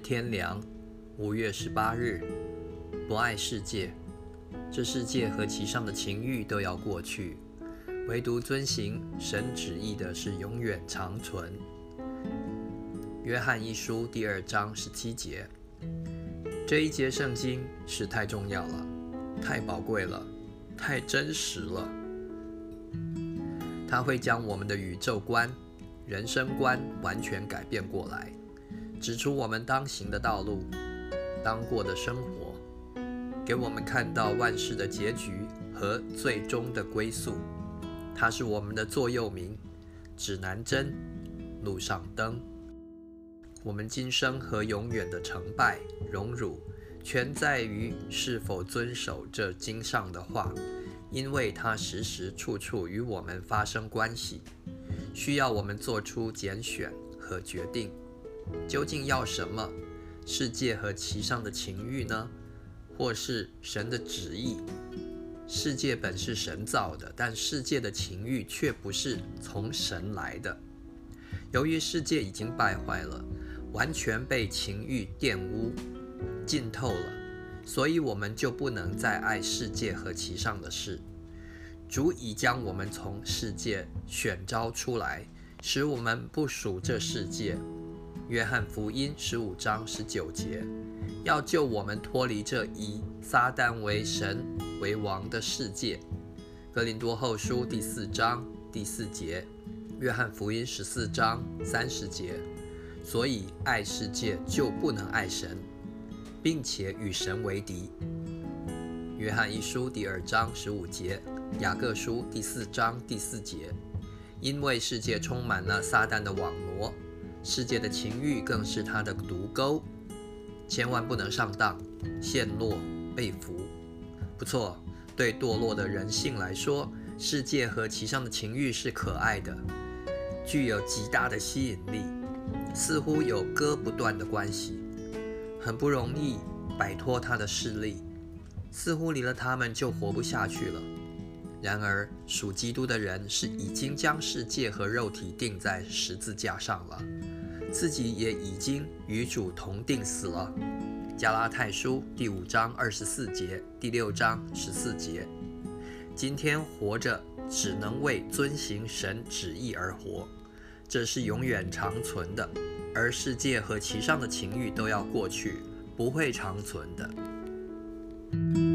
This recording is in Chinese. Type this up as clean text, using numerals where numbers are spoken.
天良5月18日，不爱世界，这世界和其上的情欲都要过去，唯独遵行神旨意的是永远长存。约翰一书第2章17节。这一节圣经是太重要了，太宝贵了，太真实了。它会将我们的宇宙观、人生观完全改变过来，指出我们当行的道路，当过的生活，给我们看到万事的结局和最终的归宿。它是我们的座右铭、指南针、路上灯。我们今生和永远的成败荣辱，全在于是否遵守这经上的话，因为它时时处处与我们发生关系，需要我们做出拣选和决定。究竟要什么？世界和其上的情欲呢？或是神的旨意？世界本是神造的，但世界的情欲却不是从神来的。由于世界已经败坏了，完全被情欲玷污、浸透了，所以我们就不能再爱世界和其上的事。主已将我们从世界选召出来，使我们不属这世界。约翰福音15章19节，要救我们脱离这以撒旦为神为王的世界。哥林多后书第4章第4节，约翰福音14章30节。所以爱世界就不能爱神，并且与神为敌。约翰一书第2章15节，雅各书第4章第4节。因为世界充满了撒旦的网罗，世界的情欲更是他的毒钩，千万不能上当、陷落、被俘。不错，对堕落的人性来说，世界和其上的情欲是可爱的，具有极大的吸引力，似乎有割不断的关系，很不容易摆脱他的势力，似乎离了他们就活不下去了。然而属基督的人是已经将世界和肉体钉在十字架上了，自己也已经与主同钉死了。加拉太书第5章24节，第6章14节。今天活着只能为遵行神旨意而活，这是永远长存的，而世界和其上的情欲都要过去，不会长存的。